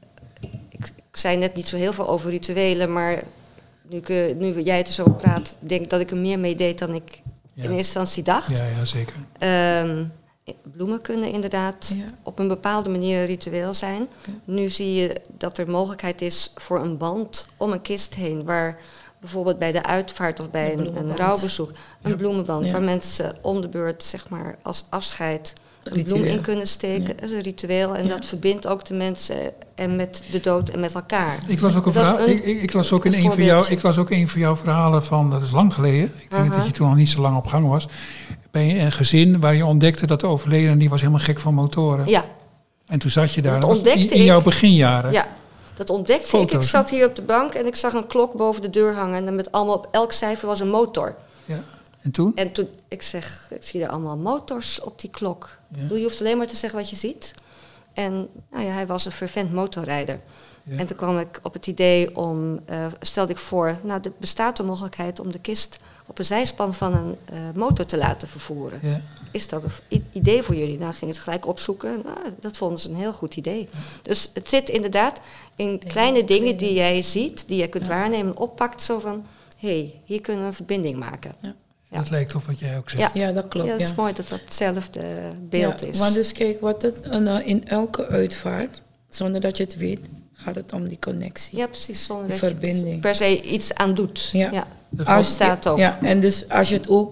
ik, ik zei net niet zo heel veel over rituelen, maar nu, ik, nu jij het er zo over praat, denk ik dat ik er meer mee deed dan ik ja. in eerste instantie dacht. Ja, ja zeker. Um, bloemen kunnen inderdaad ja. op een bepaalde manier een ritueel zijn. Ja. Nu zie je dat er mogelijkheid is voor een band om een kist heen, waar bijvoorbeeld bij de uitvaart of bij een, een rouwbezoek een ja. bloemenband, ja. waar mensen om de beurt zeg maar als afscheid een ritueel. bloem in kunnen steken. Ja. Dat is een ritueel en ja. dat verbindt ook de mensen en met de dood en met elkaar. Ik las ook, een verhaal, een, ik, ik, ik las ook in een, een van jou, ik las ook een van jouw verhalen van, dat is lang geleden. Ik denk uh-huh. dat je toen nog niet zo lang op gang was. Bij een gezin waar je ontdekte dat de overledene die was helemaal gek van motoren. Ja. En toen zat je daar dat ontdekte in, in jouw beginjaren. Ja, dat ontdekte Foto's, ik. Ik zat hier op de bank en ik zag een klok boven de deur hangen. En met allemaal op elk cijfer was een motor. Ja. En toen? En toen, ik zeg, ik zie er allemaal motors op die klok. Ja. Je hoeft alleen maar te zeggen wat je ziet. En nou ja, hij was een fervent motorrijder. Ja. En toen kwam ik op het idee om, uh, stelde ik voor, nou, er bestaat de mogelijkheid om de kist op een zijspan van een uh, motor te laten vervoeren. Ja. Is dat een idee voor jullie? Nou, ging het gelijk opzoeken. Nou, dat vonden ze een heel goed idee. Ja. Dus het zit inderdaad in kleine dingen die jij ziet, die je kunt ja. waarnemen, oppakt, zo van, hé, hey, hier kunnen we een verbinding maken. Ja. Ja. Dat lijkt op wat jij ook zegt. Ja, ja dat klopt. Ja, dat is ja. mooi dat dat hetzelfde beeld ja, is. Maar dus kijk, wat het, uh, in elke uitvaart, zonder dat je het weet, gaat het om die connectie. Ja, precies. Zonder die dat verbinding. je per se iets aan doet. Ja. ja. Als, staat ook. Ja, en dus als je het ook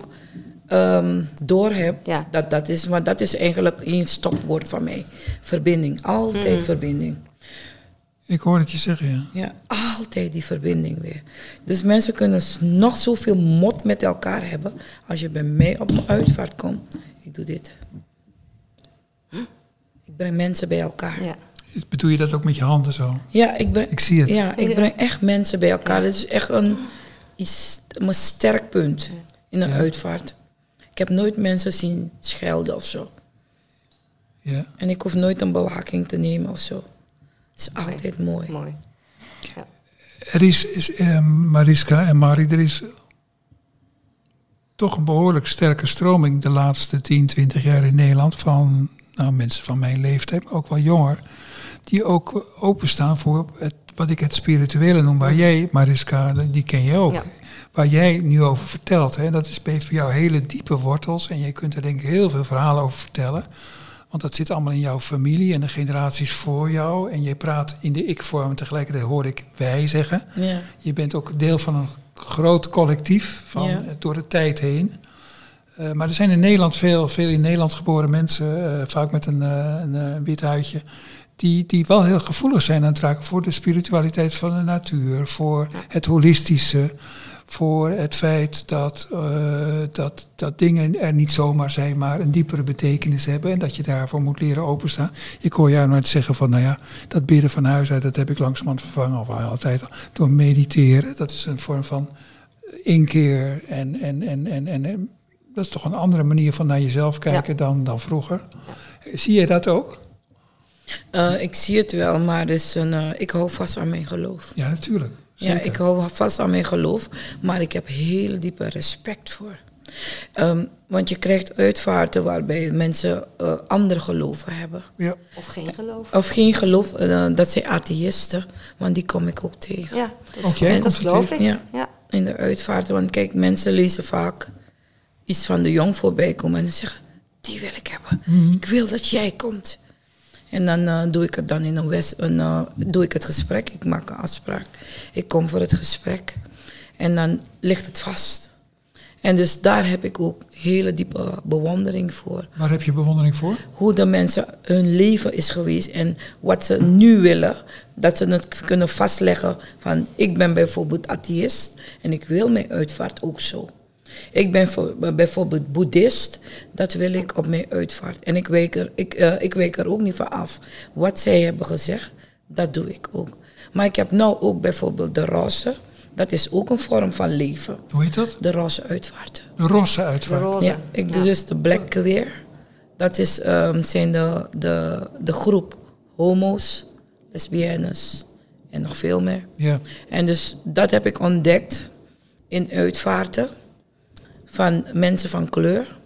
um, doorhebt, ja. dat, dat is, maar dat is eigenlijk een stopwoord van mij. Verbinding, altijd mm. verbinding. Ik hoor het je zeggen, ja. Ja, altijd die verbinding weer. Dus mensen kunnen nog zoveel mot met elkaar hebben. Als je bij mij op mijn uitvaart komt, ik doe dit. Hm? breng mensen bij elkaar. Ja. Bedoel je dat ook met je handen zo? Ja, ik breng, Ik zie het. Ja, ik breng echt mensen bij elkaar. Het is echt een, iets, een sterk punt in een Ja. uitvaart. Ik heb nooit mensen zien schelden of zo. Ja. En ik hoef nooit een bewaking te nemen of zo. Het is altijd mooi. Mooi. Er is, is eh, Mariska en Marie, er is toch een behoorlijk sterke stroming de laatste tien, twintig jaar in Nederland van nou, mensen van mijn leeftijd, maar ook wel jonger, die ook openstaan voor het, wat ik het spirituele noem, waar jij, Mariska, die ken je ook, Ja. waar jij nu over vertelt. Hè, dat is heeft voor jou hele diepe wortels en je kunt er denk ik heel veel verhalen over vertellen. Want dat zit allemaal in jouw familie en de generaties voor jou. En je praat in de ik-vorm en tegelijkertijd hoor ik wij zeggen. Ja. Je bent ook deel van een groot collectief van, Ja. eh, door de tijd heen. Uh, maar er zijn in Nederland veel, veel in Nederland geboren mensen, uh, vaak met een, uh, een, een wit huidje, die, die wel heel gevoelig zijn aan het raken voor de spiritualiteit van de natuur, voor Ja. het holistische, voor het feit dat, uh, dat, dat dingen er niet zomaar zijn, maar een diepere betekenis hebben en dat je daarvoor moet leren openstaan. Ik hoor jou nooit zeggen van, nou ja, dat bidden van huis uit, dat heb ik langzamerhand vervangen, of altijd al, door mediteren. Dat is een vorm van inkeer en, en, en, en, en, en dat is toch een andere manier van naar jezelf kijken Ja. dan, dan vroeger. Ja. Zie je dat ook? Uh, ik zie het wel, maar dus een, uh, ik hou vast aan mijn geloof. Ja, natuurlijk. Ja, Zeker. ik hou vast aan mijn geloof, maar ik heb heel diepe respect voor. Um, want je krijgt uitvaarten waarbij mensen uh, andere geloven hebben. Ja. Of geen geloof. Of geen geloof, uh, dat zijn atheïsten, want die kom ik ook tegen. Ja, dat, Ook jij dat komt geloof er ik. Ja. Ja. In de uitvaarten, want kijk, mensen lezen vaak iets van de jong voorbij komen en dan zeggen, die wil ik hebben. Mm. Ik wil dat jij komt. En dan uh, doe ik het dan in een, west, een uh, doe ik het gesprek. Ik maak een afspraak. Ik kom voor het gesprek. En dan ligt het vast. En dus daar heb ik ook hele diepe bewondering voor. Waar heb je bewondering voor? Hoe de mensen hun leven is geweest en wat ze nu willen. Dat ze het kunnen vastleggen van ik ben bijvoorbeeld atheïst en ik wil mijn uitvaart ook zo. Ik ben voor, bijvoorbeeld boeddhist, dat wil ik op mijn uitvaart. En ik wijk er, ik, uh, ik wijk er ook niet van af. Wat zij hebben gezegd, dat doe ik ook. Maar ik heb nou ook bijvoorbeeld de roze. Dat is ook een vorm van leven. Hoe heet dat? De roze uitvaarten. De rosse De uitvaart. roze. Ja, ik doe Ja. dus de black queer. Dat is, um, zijn de, de, de groep homo's, lesbiennes en nog veel meer. Ja. En dus dat heb ik ontdekt in uitvaarten van mensen van kleur.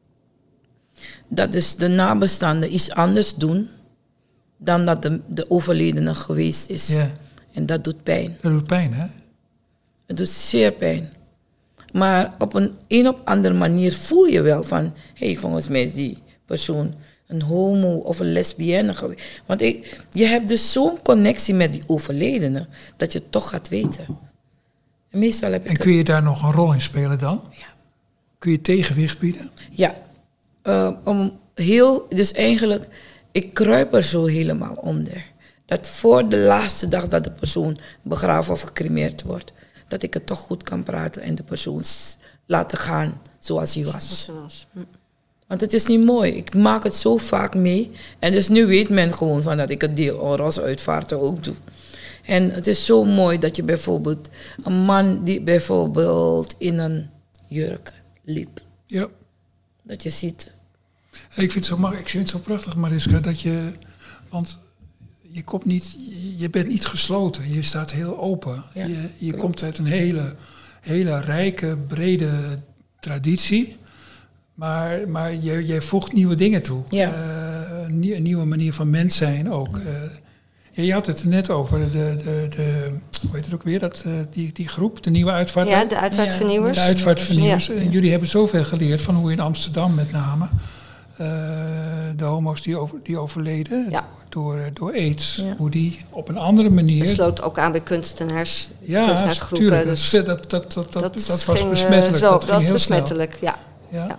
Dat dus de nabestaanden iets anders doen dan dat de, de overledene geweest is. Ja. En dat doet pijn. Dat doet pijn, hè? Het doet zeer pijn. Maar op een een of andere manier voel je wel van, hé, hey, volgens mij is die persoon een homo of een lesbienne geweest. Want ik, je hebt dus zo'n connectie met die overledene, dat je het toch gaat weten. En meestal heb ik En kun je daar nog een rol in spelen dan? Ja. Kun je tegenwicht bieden? Ja, uh, om heel, dus eigenlijk, ik kruip er zo helemaal onder. Dat voor de laatste dag dat de persoon begraven of gecremeerd wordt, dat ik het toch goed kan praten en de persoon laten gaan zoals hij was. Zoals. Hm. Want het is niet mooi. Ik maak het zo vaak mee. En dus nu weet men gewoon van dat ik het deel als uitvaarten ook doe. En het is zo mooi dat je bijvoorbeeld een man die bijvoorbeeld in een jurk liep. Ja. Dat je ziet. Ik vind het zo, ik vind het zo prachtig, Mariska, dat je... Want je, komt niet, je bent niet gesloten. Je staat heel open. Ja, je je klopt. komt uit een hele, hele rijke, brede traditie. Maar, maar je, je voegt nieuwe dingen toe. Ja. Uh, een, nie- een nieuwe manier van mens zijn ook. Uh, ja, je had het er net over, de, de, de, hoe heet het ook weer, dat, uh, die, die groep, de nieuwe uitvaart. Ja, de uitvaartvernieuwers. De uitvaartvernieuwers. Ja. En jullie hebben zoveel geleerd van hoe in Amsterdam met name... Uh, de homo's die, over, die overleden Ja. door, door aids, Ja. hoe die op een andere manier... Het sloot ook aan bij kunstenaars, ja, kunstenaarsgroepen. tuurlijk, Dus dat, dat, dat, dat, dat, dat was ging, uh, besmettelijk. Zo, dat dat ging was heel besmettelijk, ja. snel. Ja. Ja.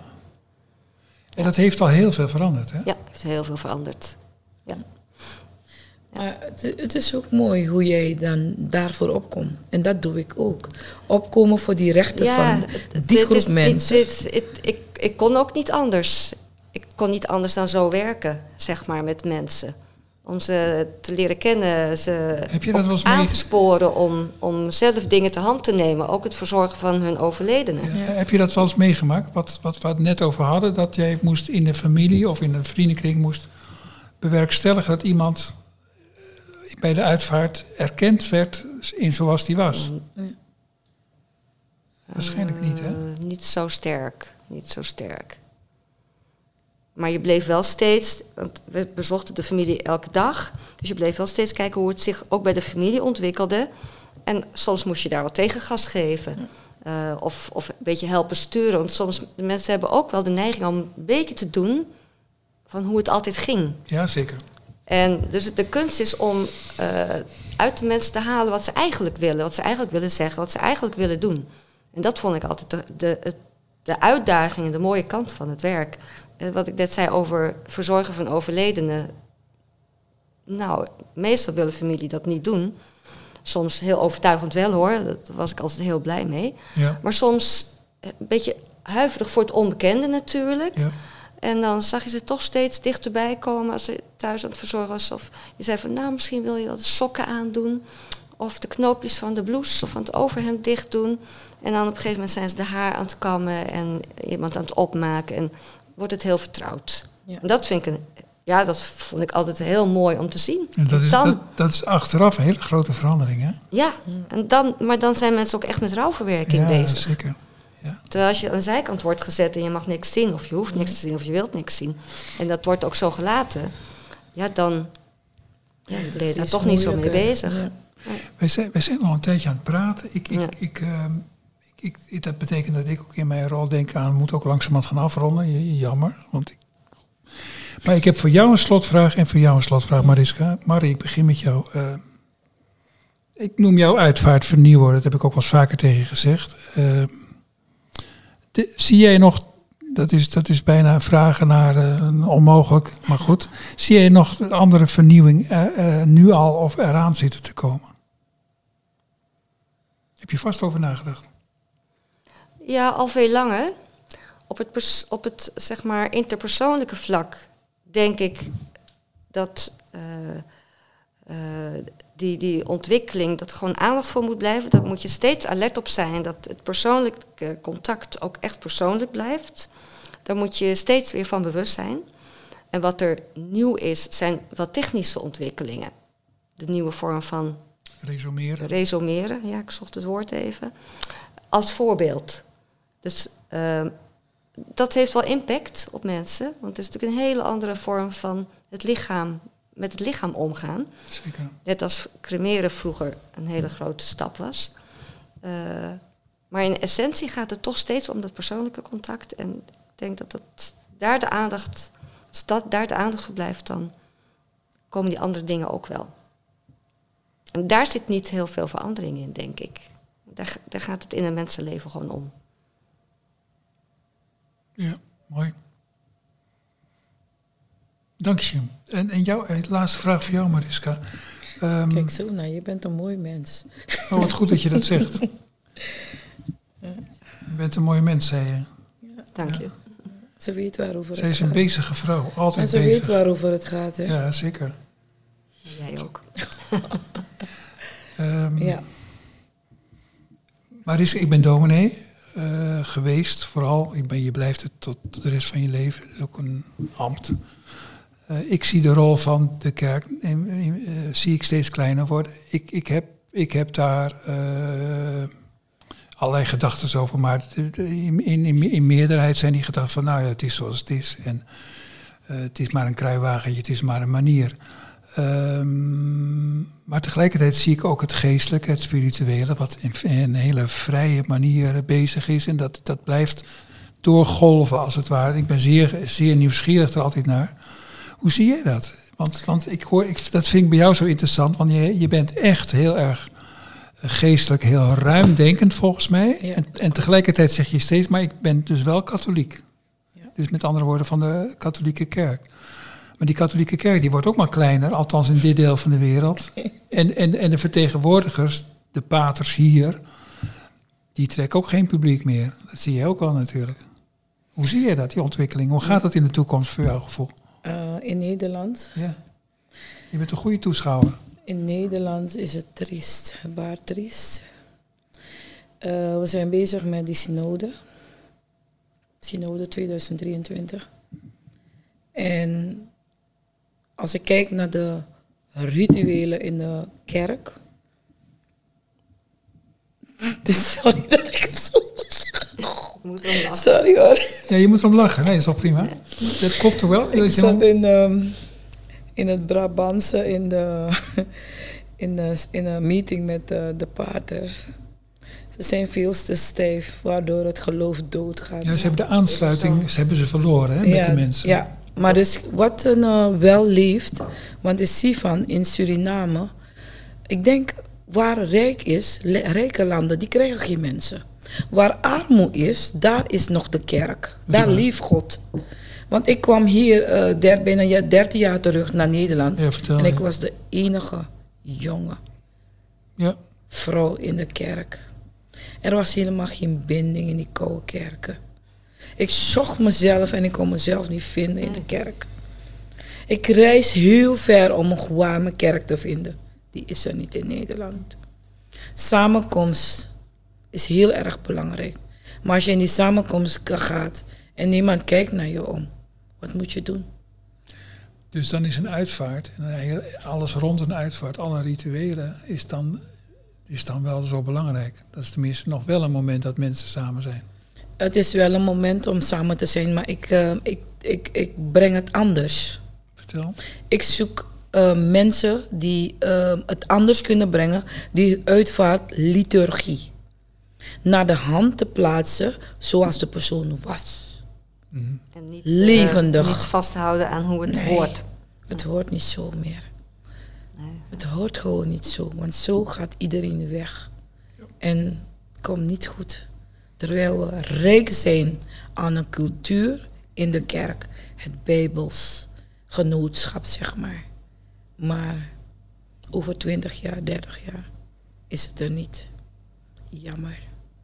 En dat heeft al heel veel veranderd, hè? Ja, heeft heel veel veranderd. Ja. Maar het, het is ook mooi hoe jij dan daarvoor opkomt. En dat doe ik ook. Opkomen voor die rechten Ja, van het- die dit groep is, mensen. Dit, dit, ik, ik, ik kon ook niet anders. Ik, kon niet anders dan zo werken, zeg maar, met mensen. Om ze te leren kennen, ze Heb je dat wel eens aan mee... te sporen om, om zelf dingen te hand te nemen. Ook het verzorgen van hun overledenen. Ja, heb je dat wel eens meegemaakt? Wat, wat we het net over hadden, dat jij moest in de familie of in een vriendenkring moest bewerkstelligen dat iemand bij de uitvaart erkend werd in zoals die was. Ja. Waarschijnlijk niet, hè? Uh, niet zo sterk, niet zo sterk. Maar je bleef wel steeds, want we bezochten de familie elke dag, dus je bleef wel steeds kijken hoe het zich ook bij de familie ontwikkelde. En soms moest je daar wat tegengas geven. Uh, of, of een beetje helpen sturen. Want soms de mensen hebben ook wel de neiging om een beetje te doen van hoe het altijd ging. Ja, zeker. En dus de kunst is om uh, uit de mensen te halen wat ze eigenlijk willen. Wat ze eigenlijk willen zeggen, wat ze eigenlijk willen doen. En dat vond ik altijd de, de, de uitdaging en de mooie kant van het werk. Uh, wat ik net zei over verzorgen van overledenen. Nou, meestal wil een familie dat niet doen. Soms heel overtuigend wel hoor, daar was ik altijd heel blij mee. Ja. Maar soms een beetje huiverig voor het onbekende natuurlijk. Ja. En dan zag je ze toch steeds dichterbij komen als ze thuis aan het verzorgen was. Of je zei van, nou, misschien wil je wel de sokken aandoen. Of de knoopjes van de blouse of van het overhemd dicht doen. En dan op een gegeven moment zijn ze de haar aan het kammen en iemand aan het opmaken. En wordt het heel vertrouwd. Ja. En dat vind ik een, ja, dat vond ik altijd heel mooi om te zien. En dat, is, dan, dat, dat is achteraf een hele grote verandering, hè? ja, en dan, maar dan zijn mensen ook echt met rouwverwerking Ja, bezig. zeker. Ja. Terwijl als je aan de zijkant wordt gezet en je mag niks zien, of je hoeft niks te zien, of je wilt niks zien, en dat wordt ook zo gelaten, ja, dan ja, ben je daar toch niet zo mee bezig. Ja. Wij, zijn, wij zijn al een tijdje aan het praten. Ik, ik, Ja. ik, uh, ik, ik, dat betekent dat ik ook in mijn rol denk aan, moet ook langzamerhand gaan afronden. Jammer, want ik... Maar ik heb voor jou een slotvraag en voor jou een slotvraag, Mariska. Marie, ik begin met jou. Uh, ik noem jou uitvaart vernieuwen, dat heb ik ook wel eens vaker tegen je gezegd. Uh, de, zie jij nog, dat is, dat is bijna vragen naar uh, onmogelijk, maar goed. Zie jij nog een andere vernieuwing uh, uh, nu al of eraan zitten te komen? Heb je vast over nagedacht? Ja, al veel langer. Op het, pers- op het zeg maar interpersoonlijke vlak denk ik dat uh, uh, die, die ontwikkeling, dat er gewoon aandacht voor moet blijven. Daar moet je steeds alert op zijn. Dat het persoonlijke contact ook echt persoonlijk blijft. Daar moet je steeds weer van bewust zijn. En wat er nieuw is, zijn wat technische ontwikkelingen. De nieuwe vorm van Resumeren. resumeren. Ja, ik zocht het woord even. Als voorbeeld. Dus uh, dat heeft wel impact op mensen. Want het is natuurlijk een hele andere vorm van het lichaam, met het lichaam omgaan. Zeker. Net als cremeren vroeger een hele grote stap was. Uh, maar in essentie gaat het toch steeds om dat persoonlijke contact. En ik denk dat, dat daar de aandacht, als dat daar de aandacht voor blijft, dan komen die andere dingen ook wel. En daar zit niet heel veel verandering in, denk ik. Daar, daar gaat het in een mensenleven gewoon om. Ja, mooi. Dank je. En, en jouw eh, laatste vraag voor jou, Mariska. Um, Kijk zo, nou, je bent een mooi mens. Oh, wat goed dat je dat zegt. Je bent een mooie mens, zei je. Ja. Dank je. Ze weet waarover Zij het is een gaat. bezige vrouw, altijd En ze bezig. weet waarover het gaat, hè? Ja, zeker. Jij ook. Um, Ja. Mariska, ik ben dominee uh, geweest, vooral. Ik ben, je blijft het tot de rest van je leven. Dat is ook een ambt. Uh, ik zie de rol van de kerk, en, uh, zie ik steeds kleiner worden. Ik, ik, heb, ik heb daar uh, allerlei gedachten over, maar de, de, in, in, in meerderheid zijn die gedachten van, nou ja, het is zoals het is. En uh, het is maar een kruiwagentje, het is maar een manier. Um, maar tegelijkertijd zie ik ook het geestelijke, het spirituele, wat in een hele vrije manier bezig is. En dat, dat blijft doorgolven als het ware. Ik ben zeer, zeer nieuwsgierig er altijd naar. Hoe zie jij dat? Want, want ik hoor, ik, dat vind ik bij jou zo interessant, want je, je bent echt heel erg geestelijk, heel ruimdenkend volgens mij. Ja. En, en tegelijkertijd zeg je steeds, maar ik ben dus wel katholiek. Ja. Dus met andere woorden van de katholieke kerk. Maar die katholieke kerk die wordt ook maar kleiner, althans in dit deel van de wereld. En, en, en de vertegenwoordigers, de paters hier, die trekken ook geen publiek meer. Dat zie je ook wel natuurlijk. Hoe zie je dat, die ontwikkeling? Hoe gaat het in de toekomst voor jouw gevoel? Uh, in Nederland? Ja. Je bent een goede toeschouwer. In Nederland is het triest, baar triest. Uh, we zijn bezig met die synode. Synode tweeduizend drieëntwintig. En als ik kijk naar de rituelen in de kerk. Dus sorry dat ik het zo moet erom lachen. Sorry hoor. Ja, je moet erom lachen. Nee, is toch prima? Ja. Dat klopt toch wel? Ik zat in, um, in het Brabantse in de, in de, in een meeting met de, de paters. Ze zijn veel te stijf, waardoor het geloof doodgaat. Ja, ze hebben de aansluiting, ze hebben ze verloren hè, met ja, de mensen. Ja, maar dus wat er uh, wel leeft, want ik zie van in Suriname, ik denk waar rijk is, le- rijke landen, die krijgen geen mensen. Waar armoede is, daar is nog de kerk. Daar leeft God. Want ik kwam hier uh, der, bijna dertien jaar terug naar Nederland. Ja, vertel, en ik ja. was de enige jonge ja. vrouw in de kerk. Er was helemaal geen binding in die koude kerken. Ik zocht mezelf en ik kon mezelf niet vinden in de kerk. Ik reis heel ver om een warme kerk te vinden. Die is er niet in Nederland. Samenkomst is heel erg belangrijk. Maar als je in die samenkomst gaat en niemand kijkt naar je om, wat moet je doen? Dus dan is een uitvaart, en heel, alles rond een uitvaart, alle rituelen, is dan, is dan wel zo belangrijk. Dat is tenminste nog wel een moment dat mensen samen zijn. Het is wel een moment om samen te zijn, maar ik, uh, ik, ik, ik breng het anders. Vertel. Ik zoek uh, mensen die uh, het anders kunnen brengen, die uitvaart liturgie naar de hand te plaatsen zoals de persoon was. Mm-hmm. En niet, levendig. Uh, niet vasthouden aan hoe het nee, hoort. Het hoort niet zo meer. Nee. Het hoort gewoon niet zo, want zo gaat iedereen weg. Ja. En het komt niet goed. Terwijl we rijk zijn aan een cultuur in de kerk, het Bijbels genootschap, zeg maar. Maar over twintig jaar, dertig jaar is het er niet. Jammer.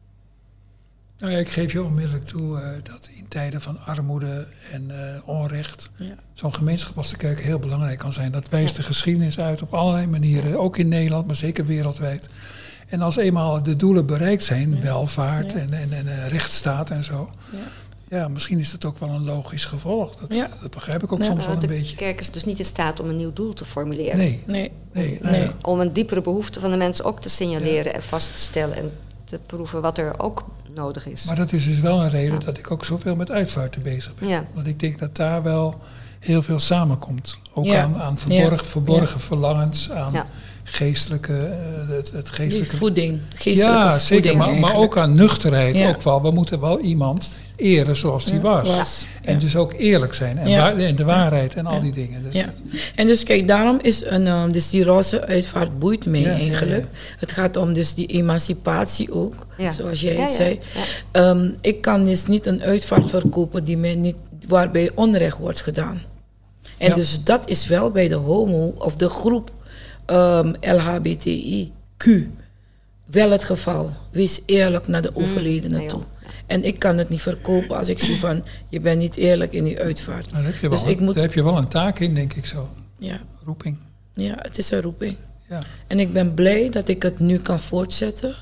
Nou ja, ik geef je onmiddellijk toe uh, dat in tijden van armoede en uh, onrecht ja. zo'n gemeenschap als de kerk heel belangrijk kan zijn. Dat wijst ja. de geschiedenis uit op allerlei manieren, ook in Nederland, maar zeker wereldwijd. En als eenmaal de doelen bereikt zijn, ja. welvaart ja. en, en, en uh, rechtsstaat en zo, ja. ja, misschien is dat ook wel een logisch gevolg. Dat, ja. dat begrijp ik ook ja. soms uh, wel een de beetje. De kerk is dus niet in staat om een nieuw doel te formuleren. Nee. nee. nee. nee. nee. Om een diepere behoefte van de mensen ook te signaleren ja. en vast te stellen en te proeven wat er ook nodig is. Maar dat is dus wel een reden ja. dat ik ook zoveel met uitvaarten bezig ben. Ja. Want ik denk dat daar wel heel veel samenkomt. Ook ja. aan, aan verborgen, ja. verborgen ja. verlangens, aan ja. geestelijke, uh, het, het geestelijke... Die voeding, geestelijke ja, voeding. Zeker, maar, maar ook aan nuchterheid. Ja. Ook wel. We moeten wel iemand eren zoals die ja, was. was. En ja. dus ook eerlijk zijn. En, ja. waar, en de waarheid en al ja. die dingen. Dus ja. En dus kijk, daarom is een, um, dus die roze uitvaart boeit mee ja, eigenlijk. Ja, ja. Het gaat om dus die emancipatie ook, ja. zoals jij ja, het zei. Ja, ja. Um, ik kan dus niet een uitvaart verkopen die mij niet, waarbij onrecht wordt gedaan. En ja. dus dat is wel bij de homo of de groep um, L H B T I Q wel het geval. Wees eerlijk naar de overledene mm, toe. En ik kan het niet verkopen als ik zie van, je bent niet eerlijk in die uitvaart. Nou, daar heb je dus wel, ik moet... daar heb je wel een taak in, denk ik zo. Ja. Roeping. Ja, het is een roeping. Ja. En ik ben blij dat ik het nu kan voortzetten.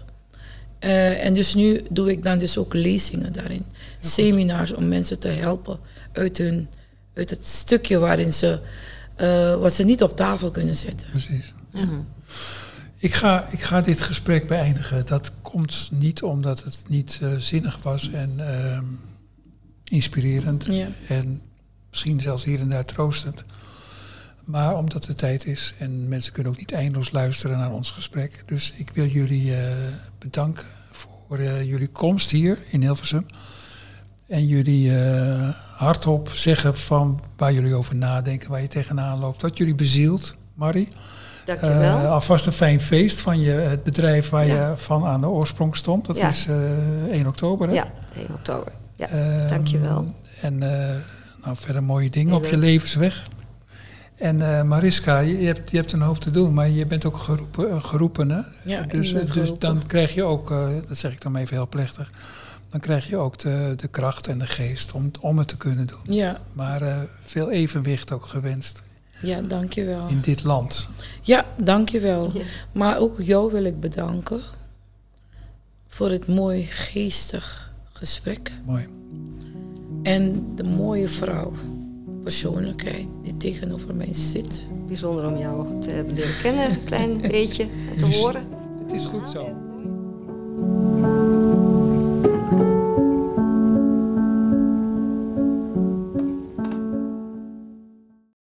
Uh, en dus nu doe ik dan dus ook lezingen daarin. Ja, seminars om mensen te helpen uit, hun, uit het stukje waarin ze, uh, wat ze niet op tafel kunnen zetten. Precies. Ja. Ik ga, ik ga dit gesprek beëindigen. Dat komt niet omdat het niet uh, zinnig was en uh, inspirerend. Ja. En misschien zelfs hier en daar troostend. Maar omdat de tijd is en mensen kunnen ook niet eindeloos luisteren naar ons gesprek. Dus ik wil jullie uh, bedanken voor uh, jullie komst hier in Hilversum. En jullie uh, hardop zeggen van waar jullie over nadenken, waar je tegenaan loopt. Wat jullie bezielt, Marie. Dank je wel. Uh, alvast een fijn feest van je, het bedrijf waar ja. je van aan de oorsprong stond. Dat ja. is uh, één oktober, hè? Ja, één oktober. Ja, uh, dank je wel. En uh, nou, verder mooie dingen Hele. op je levensweg. En uh, Mariska, je, je, hebt, je hebt een hoop te doen, maar je bent ook geroepen, uh, geroepen hè? Ja, dus, uh, dus dan krijg je ook, uh, dat zeg ik dan maar even heel plechtig, dan krijg je ook de, de kracht en de geest om, om het te kunnen doen. Ja. Maar uh, veel evenwicht ook gewenst. Ja, dankjewel. In dit land. Ja, dankjewel. Ja. Maar ook jou wil ik bedanken voor het mooi geestig gesprek. Mooi. En de mooie vrouw, persoonlijkheid die tegenover mij zit. Bijzonder om jou te hebben leren kennen, een klein beetje, en te horen. Het is goed zo.